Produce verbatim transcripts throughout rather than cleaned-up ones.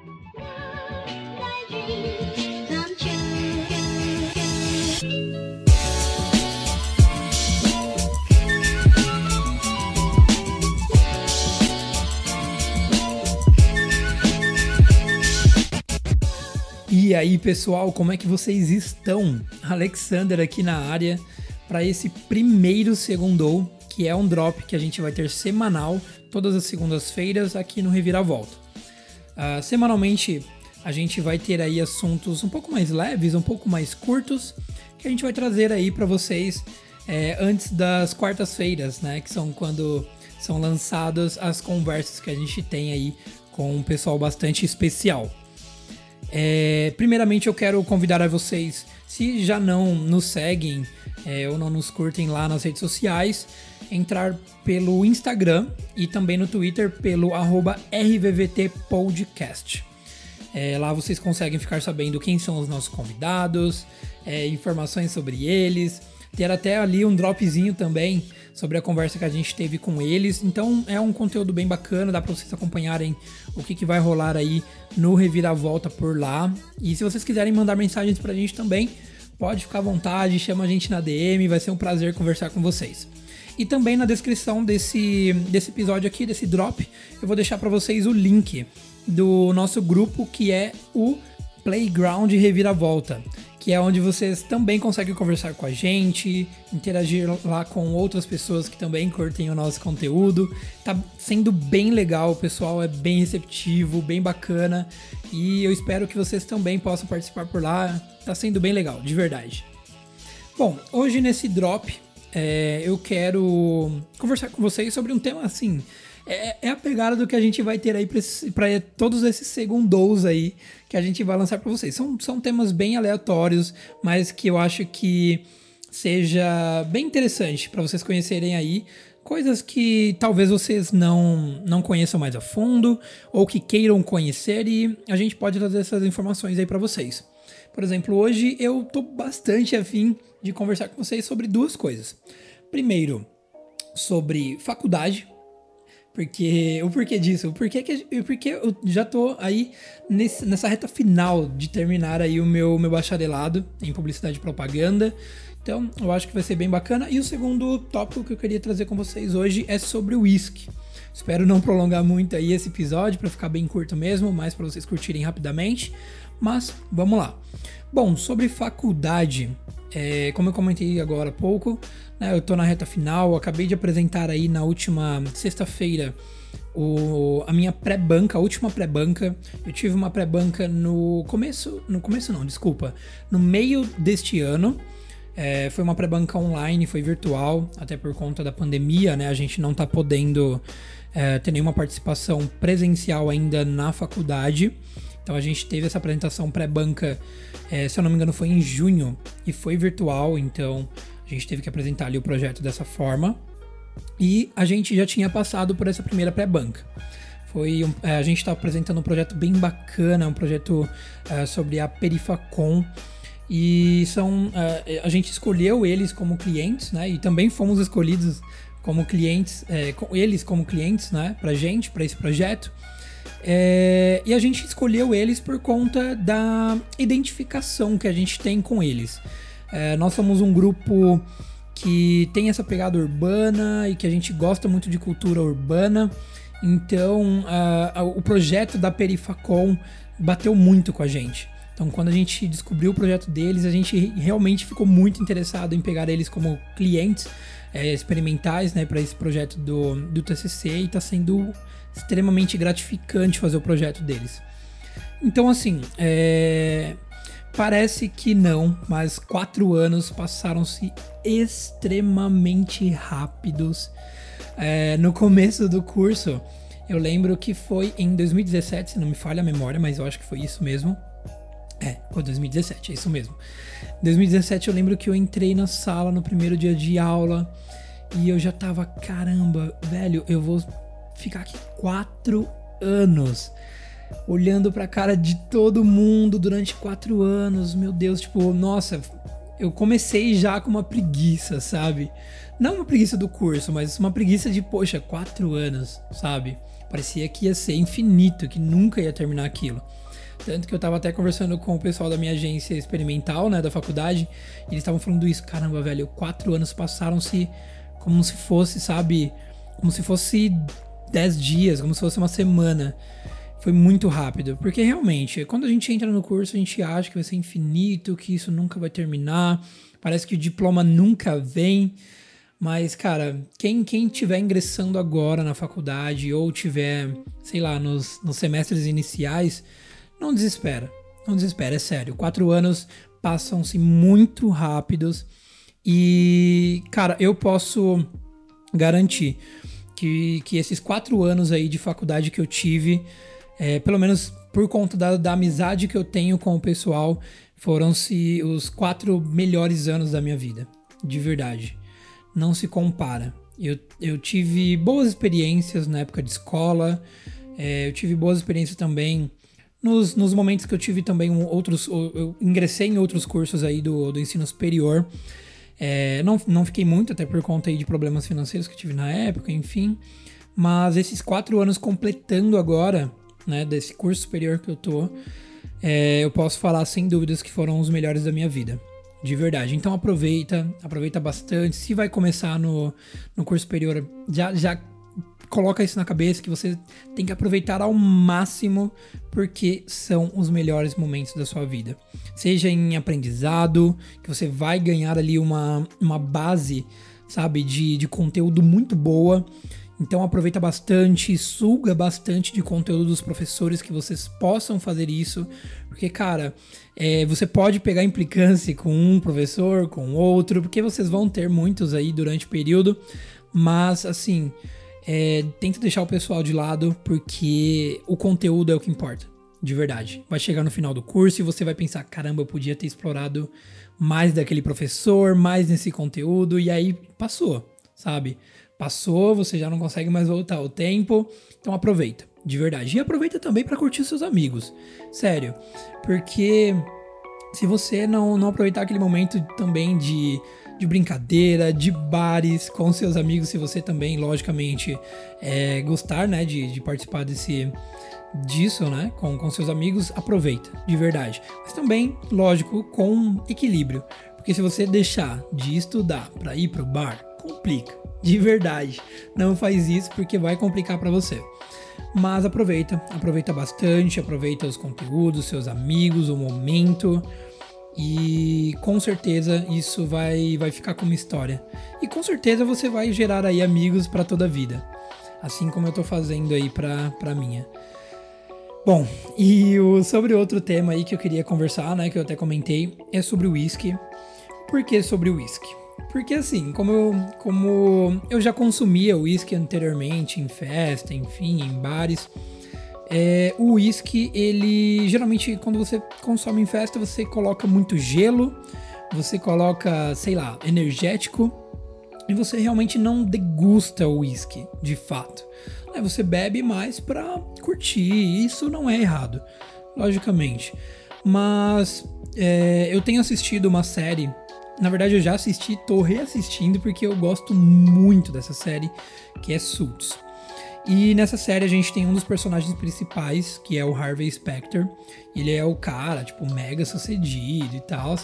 E aí, pessoal, como é que vocês estão? Alexander aqui na área para esse primeiro Segundou, que é um drop que a gente vai ter semanal, todas as segundas-feiras aqui no Reviravolta. Uh, semanalmente a gente vai ter aí assuntos um pouco mais leves, um pouco mais curtos, que a gente vai trazer aí para vocês é, antes das quartas-feiras, né? Que são quando são lançadas as conversas que a gente tem aí com um pessoal bastante especial. É, primeiramente eu quero convidar a vocês, se já não nos seguem é, ou não nos curtem lá nas redes sociais, entrar pelo Instagram e também no Twitter pelo arroba R V V T Podcast. É, lá vocês conseguem ficar sabendo quem são os nossos convidados, é, informações sobre eles, ter até ali um dropzinho também sobre a conversa que a gente teve com eles. Então é um conteúdo bem bacana, dá para vocês acompanharem o que, que vai rolar aí no Reviravolta por lá. E se vocês quiserem mandar mensagens pra gente também, pode ficar à vontade, chama a gente na D M, vai ser um prazer conversar com vocês. E também na descrição desse, desse episódio aqui, desse drop, eu vou deixar para vocês o link do nosso grupo, que é o Playground Reviravolta, que é onde vocês também conseguem conversar com a gente, interagir lá com outras pessoas que também curtem o nosso conteúdo. Tá sendo bem legal, o pessoal é bem receptivo, bem bacana, e eu espero que vocês também possam participar por lá. Tá sendo bem legal, de verdade. Bom, hoje nesse drop, é, eu quero conversar com vocês sobre um tema assim... É, é a pegada do que a gente vai ter aí para todos esses segundous aí que a gente vai lançar para vocês. São, são temas bem aleatórios, mas que eu acho que seja bem interessante para vocês conhecerem aí coisas que talvez vocês não, não conheçam mais a fundo ou que queiram conhecer, e a gente pode trazer essas informações aí para vocês. Por exemplo, hoje eu tô bastante afim de conversar com vocês sobre duas coisas. Primeiro, sobre faculdade. Porque, o porquê disso? O porquê que, o porquê eu já tô aí nesse, nessa reta final de terminar aí o meu, meu bacharelado em publicidade e propaganda. Então, eu acho que vai ser bem bacana. E o segundo tópico que eu queria trazer com vocês hoje é sobre o whisky. Espero não prolongar muito aí esse episódio, para ficar bem curto mesmo, mas para vocês curtirem rapidamente. Mas, vamos lá. Bom, sobre faculdade, é, como eu comentei agora há pouco, né, eu tô na reta final, acabei de apresentar aí na última sexta-feira o, a minha pré-banca, a última pré-banca. Eu tive uma pré-banca no começo, no começo não, desculpa, no meio deste ano. É, foi uma pré-banca online, foi virtual, até por conta da pandemia, né, a gente não tá podendo é, ter nenhuma participação presencial ainda na faculdade. Então a gente teve essa apresentação pré-banca, é, se eu não me engano foi em junho, e foi virtual, então a gente teve que apresentar ali o projeto dessa forma. E a gente já tinha passado por essa primeira pré-banca. Foi um, é, a gente está apresentando um projeto bem bacana, um projeto é, sobre a Perifacom. E são, é, a gente escolheu eles como clientes, né? E também fomos escolhidos como clientes, é, com eles como clientes, né? Pra gente, para esse projeto. É, e a gente escolheu eles por conta da identificação que a gente tem com eles. É, nós somos um grupo que tem essa pegada urbana e que a gente gosta muito de cultura urbana. Então, uh, uh, o projeto da Perifacom bateu muito com a gente. Então, quando a gente descobriu o projeto deles, a gente realmente ficou muito interessado em pegar eles como clientes é, experimentais, né, para esse projeto do, do T C C, e está sendo extremamente gratificante fazer o projeto deles. Então, assim, é... parece que não, mas quatro anos passaram-se extremamente rápidos. É, no começo do curso, eu lembro que foi em dois mil e dezessete, se não me falha a memória, mas eu acho que foi isso mesmo. É, foi dois mil e dezessete, é isso mesmo. Em dois mil e dezessete eu lembro que eu entrei na sala no primeiro dia de aula e eu já tava, caramba, velho, eu vou ficar aqui quatro anos olhando pra cara de todo mundo durante quatro anos, meu Deus, tipo, nossa, eu comecei já com uma preguiça, sabe? Não uma preguiça do curso, mas uma preguiça de, poxa, quatro anos, sabe? Parecia que ia ser infinito, que nunca ia terminar aquilo. Tanto que eu tava até conversando com o pessoal da minha agência experimental, né, da faculdade, e eles estavam falando isso. Caramba, velho, quatro anos passaram-se como se fosse, sabe, como se fosse dez dias, como se fosse uma semana. Foi muito rápido, porque realmente, quando a gente entra no curso, a gente acha que vai ser infinito, que isso nunca vai terminar, parece que o diploma nunca vem. Mas, cara, quem, quem tiver ingressando agora na faculdade ou tiver, sei lá, nos, nos semestres iniciais, não desespera, não desespera, é sério. Quatro anos passam-se muito rápidos e, cara, eu posso garantir que, que esses quatro anos aí de faculdade que eu tive, é, pelo menos por conta da, da amizade que eu tenho com o pessoal, foram-se os quatro melhores anos da minha vida, de verdade. Não se compara. Eu, eu tive boas experiências na época de escola, é, eu tive boas experiências também nos, nos momentos que eu tive também um, outros, eu ingressei em outros cursos aí do, do ensino superior. É, não, não fiquei muito, até por conta aí de problemas financeiros que eu tive na época, enfim. Mas esses quatro anos completando agora, né, desse curso superior que eu tô, é, eu posso falar sem dúvidas que foram os melhores da minha vida. De verdade. Então aproveita, aproveita bastante. Se vai começar no, no curso superior, já, já coloca isso na cabeça que você tem que aproveitar ao máximo, porque são os melhores momentos da sua vida. Seja em aprendizado, que você vai ganhar ali uma, uma base, sabe, de, de conteúdo muito boa. Então aproveita bastante, suga bastante de conteúdo dos professores, que vocês possam fazer isso, porque, cara, é, você pode pegar implicância com um professor, com outro, porque vocês vão ter muitos aí durante o período, mas, assim, é, tenta deixar o pessoal de lado, porque o conteúdo é o que importa, de verdade. Vai chegar no final do curso e você vai pensar, caramba, eu podia ter explorado mais daquele professor, mais nesse conteúdo, e aí passou, sabe? Passou, você já não consegue mais voltar ao tempo, então aproveita, de verdade. E aproveita também para curtir seus amigos, sério, porque se você não, não aproveitar aquele momento também de, de brincadeira, de bares com seus amigos, se você também, logicamente, é, gostar, né, de, de participar desse, disso, né, com, com seus amigos, aproveita, de verdade. Mas também, lógico, com equilíbrio, porque se você deixar de estudar para ir pro bar, complica. De verdade, não faz isso porque vai complicar para você. Mas aproveita, aproveita bastante, aproveita os conteúdos, seus amigos, o momento, e com certeza isso vai, vai ficar como história. E com certeza você vai gerar aí amigos para toda a vida, assim como eu tô fazendo aí para para minha. Bom, e o, sobre outro tema aí que eu queria conversar, né, que eu até comentei, é sobre o whisky. Por que sobre o whisky? Porque assim, como eu, como eu já consumia whisky anteriormente em festa, enfim, em bares, é, o whisky, ele geralmente quando você consome em festa, você coloca muito gelo, você coloca, sei lá, energético, e você realmente não degusta o whisky, de fato. Aí você bebe mais pra curtir, e isso não é errado, logicamente. Mas é, eu tenho assistido uma série. Na verdade, eu já assisti, tô reassistindo porque eu gosto muito dessa série, que é Suits. E nessa série a gente tem um dos personagens principais, que é o Harvey Specter. Ele é o cara, tipo, mega sucedido e tal.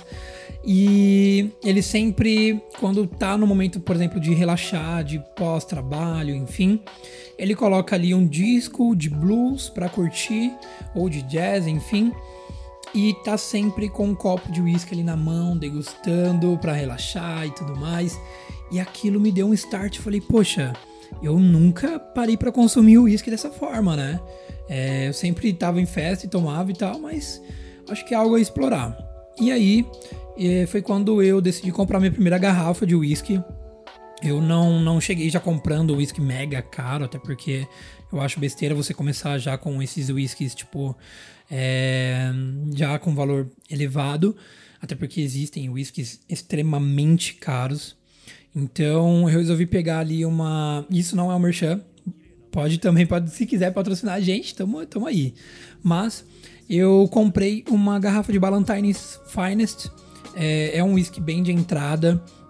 E ele sempre, quando tá no momento, por exemplo, de relaxar, de pós-trabalho, enfim, ele coloca ali um disco de blues pra curtir, ou de jazz, enfim. E tá sempre com um copo de uísque ali na mão, degustando pra relaxar e tudo mais. E aquilo me deu um start. Falei, poxa, eu nunca parei pra consumir o uísque dessa forma, né? É, eu sempre tava em festa e tomava e tal, mas acho que é algo a explorar. E aí, é, foi quando eu decidi comprar minha primeira garrafa de uísque. Eu não, não cheguei já comprando uísque mega caro, até porque eu acho besteira você começar já com esses uísques, tipo... É, já com valor elevado, até porque existem whiskies extremamente caros. Então eu resolvi pegar ali uma... Isso não é um merchan, pode também, pode, se quiser patrocinar a gente, tamo, tamo aí. Mas eu comprei uma garrafa de Ballantine's Finest, é, é um whisky bem de entrada,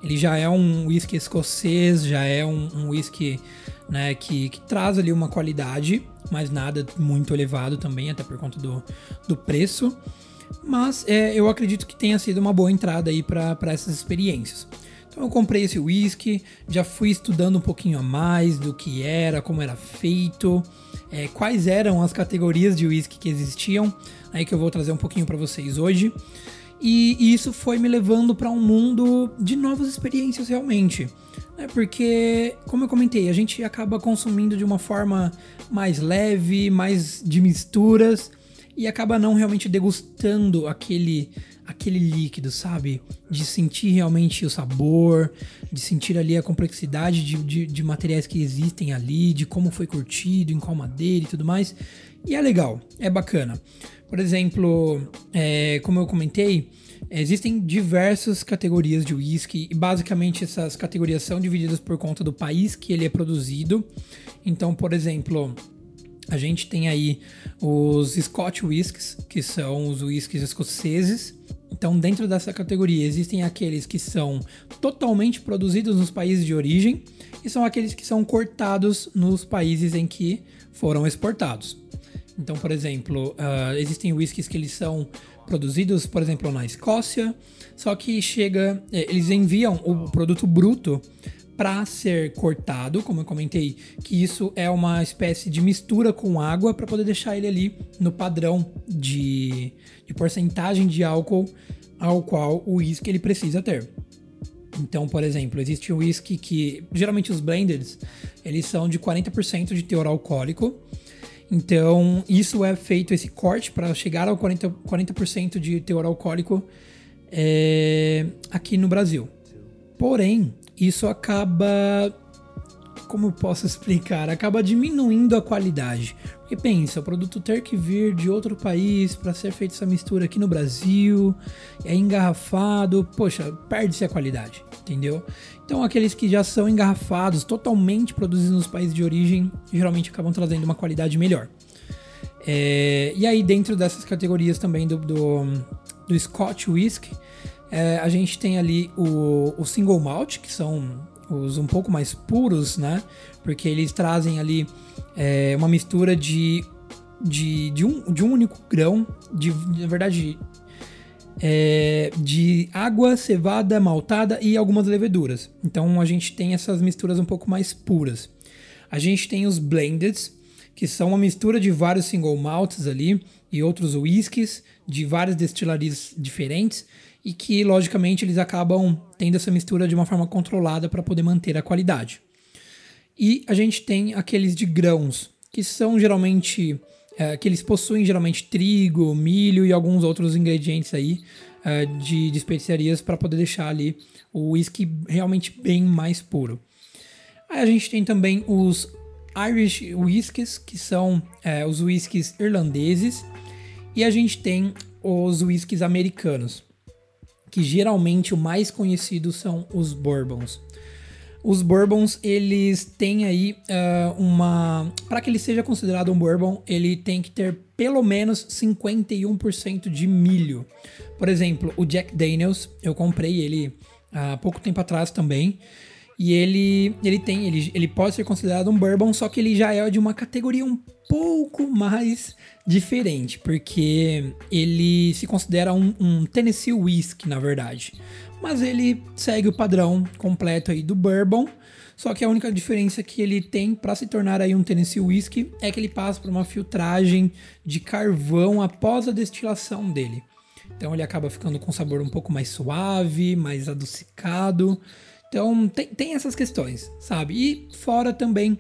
ele já é um whisky escocês, já é um, um whisky, né, que, que traz ali uma qualidade, mas nada muito elevado também, até por conta do, do preço. Mas é, eu acredito que tenha sido uma boa entrada aí para essas experiências. Então eu comprei esse whisky, já fui estudando um pouquinho a mais do que era, como era feito, é, quais eram as categorias de whisky que existiam, aí que eu vou trazer um pouquinho para vocês hoje. E, e isso foi me levando para um mundo de novas experiências realmente. Né? Porque, como eu comentei, a gente acaba consumindo de uma forma mais leve, mais de misturas, e acaba não realmente degustando aquele, aquele líquido, sabe? De sentir realmente o sabor, de sentir ali a complexidade de, de, de materiais que existem ali, de como foi curtido, em qual madeira e tudo mais. E é legal, é bacana. Por exemplo, é, como eu comentei, existem diversas categorias de whisky e basicamente essas categorias são divididas por conta do país que ele é produzido. Então, por exemplo, a gente tem aí os Scotch Whiskies, que são os whiskies escoceses. Então, dentro dessa categoria, existem aqueles que são totalmente produzidos nos países de origem e são aqueles que são cortados nos países em que foram exportados. Então, por exemplo, uh, existem whiskies que eles são produzidos, por exemplo, na Escócia, só que chega, eles enviam o produto bruto para ser cortado, como eu comentei, que isso é uma espécie de mistura com água para poder deixar ele ali no padrão de, de porcentagem de álcool ao qual o whisky ele precisa ter. Então, por exemplo, existe um whisky que, geralmente os blendeds, eles são de quarenta por cento de teor alcoólico. Então, isso é feito, esse corte, para chegar ao quarenta, quarenta por cento de teor alcoólico é, aqui no Brasil. Porém, isso acaba, como eu posso explicar, acaba diminuindo a qualidade. Porque pensa, o produto ter que vir de outro país para ser feita essa mistura aqui no Brasil, é engarrafado, poxa, perde-se a qualidade, entendeu? Então aqueles que já são engarrafados, totalmente produzidos nos países de origem, geralmente acabam trazendo uma qualidade melhor. É, e aí dentro dessas categorias também do, do, do Scotch Whisky, é, a gente tem ali o, o Single Malt, que são os um pouco mais puros, né? Porque eles trazem ali é, uma mistura de, de, de, um, de um único grão, de, na verdade, é, de água, cevada, maltada e algumas leveduras. Então a gente tem essas misturas um pouco mais puras. A gente tem os Blendeds, que são uma mistura de vários single malts ali e outros whiskies de várias destilarias diferentes e que, logicamente, eles acabam tendo essa mistura de uma forma controlada para poder manter a qualidade. E a gente tem aqueles de grãos, que são geralmente, é, que eles possuem geralmente trigo, milho e alguns outros ingredientes aí é, de, de especiarias para poder deixar ali o whisky realmente bem mais puro. Aí a gente tem também os Irish Whiskies, que são é, os whiskies irlandeses, e a gente tem os whiskies americanos, que geralmente o mais conhecido são os bourbons. Os bourbons, eles têm aí uh, uma... Para que ele seja considerado um bourbon, ele tem que ter pelo menos cinquenta e um por cento de milho. Por exemplo, o Jack Daniels, eu comprei ele há pouco tempo atrás também. E ele, ele tem, ele, ele pode ser considerado um bourbon, só que ele já é de uma categoria um pouco mais diferente, porque ele se considera um, um Tennessee Whiskey, na verdade. Mas ele segue o padrão completo aí do bourbon, só que a única diferença que ele tem para se tornar aí um Tennessee Whiskey é que ele passa por uma filtragem de carvão após a destilação dele. Então ele acaba ficando com um sabor um pouco mais suave, mais adocicado. Então, tem, tem essas questões, sabe? E fora também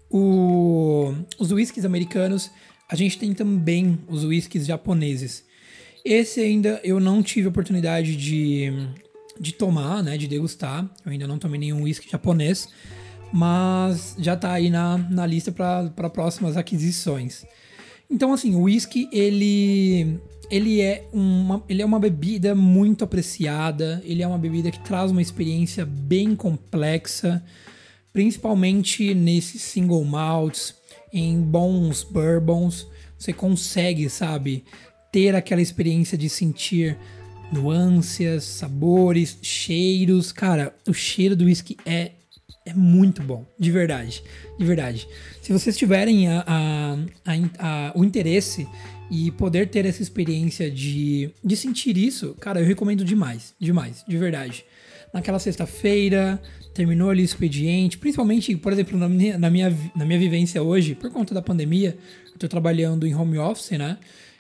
o, os whiskies americanos, a gente tem também os whiskies japoneses. Esse ainda eu não tive a oportunidade de, de tomar, né? De degustar. Eu ainda não tomei nenhum whisky japonês, mas já tá aí na, na lista para próximas aquisições. Então, assim, o whisky, ele... Ele é, uma, ele é uma bebida muito apreciada, ele é uma bebida que traz uma experiência bem complexa, principalmente nesses single malts, em bons bourbons, você consegue, sabe, ter aquela experiência de sentir nuances, sabores, cheiros. Cara, o cheiro do whisky é, é muito bom, de verdade, de verdade. Se vocês tiverem a, a, a, a, o interesse e poder ter essa experiência de, de sentir isso, cara, eu recomendo demais, demais, de verdade. Naquela sexta-feira, terminou ali o expediente, principalmente, por exemplo, na minha, na minha, na minha vivência hoje, por conta da pandemia, eu tô trabalhando em home office, né?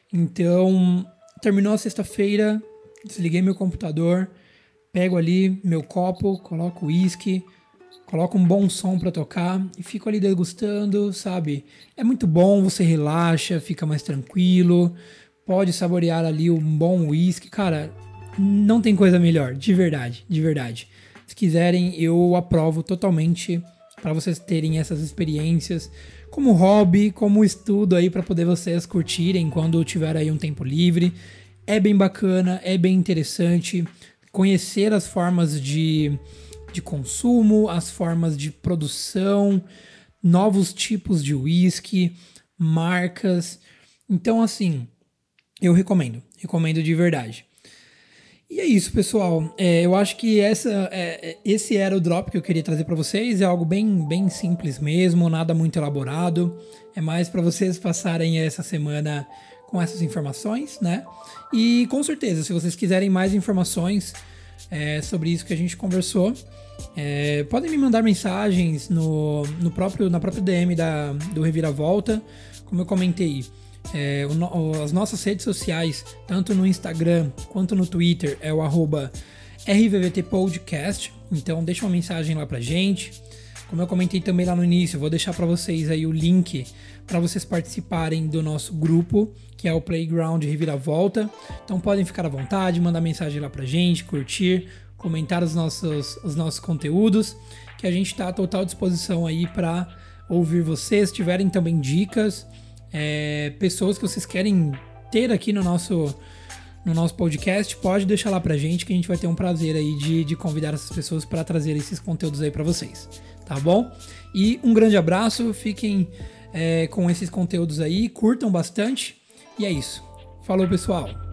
Então, terminou a sexta-feira, desliguei meu computador, pego ali meu copo, coloco uísque, coloco um bom som pra tocar e fico ali degustando, sabe? É muito bom, você relaxa, fica mais tranquilo, pode saborear ali um bom uísque, cara, não tem coisa melhor, de verdade, de verdade. Se quiserem, eu aprovo totalmente para vocês terem essas experiências como hobby, como estudo aí para poder vocês curtirem quando tiver aí um tempo livre. É bem bacana, é bem interessante conhecer as formas de, de consumo, as formas de produção, novos tipos de whisky, marcas. Então, assim, eu recomendo, recomendo de verdade. E é isso, pessoal. É, eu acho que essa, é, esse era o drop que eu queria trazer para vocês. É algo bem, bem simples mesmo, nada muito elaborado. É mais para vocês passarem essa semana com essas informações, né? E com certeza, se vocês quiserem mais informações é, sobre isso que a gente conversou, é, podem me mandar mensagens no, no próprio, na própria D M da, do Reviravolta. Como eu comentei, É, o, as nossas redes sociais, tanto no Instagram quanto no Twitter, é o arroba R V V T Podcast. Então deixa uma mensagem lá pra gente. Como eu comentei também lá no início, eu vou deixar para vocês aí o link para vocês participarem do nosso grupo, que é o Playground Reviravolta. Então podem ficar à vontade, mandar mensagem lá pra gente, curtir, comentar os nossos, os nossos conteúdos, que a gente está à total disposição aí para ouvir vocês. Se tiverem também dicas, É, pessoas que vocês querem ter aqui no nosso, no nosso podcast, pode deixar lá pra gente que a gente vai ter um prazer aí de, de convidar essas pessoas para trazer esses conteúdos aí pra vocês, tá bom? E um grande abraço, fiquem é, com esses conteúdos aí, curtam bastante e é isso. Falou, pessoal!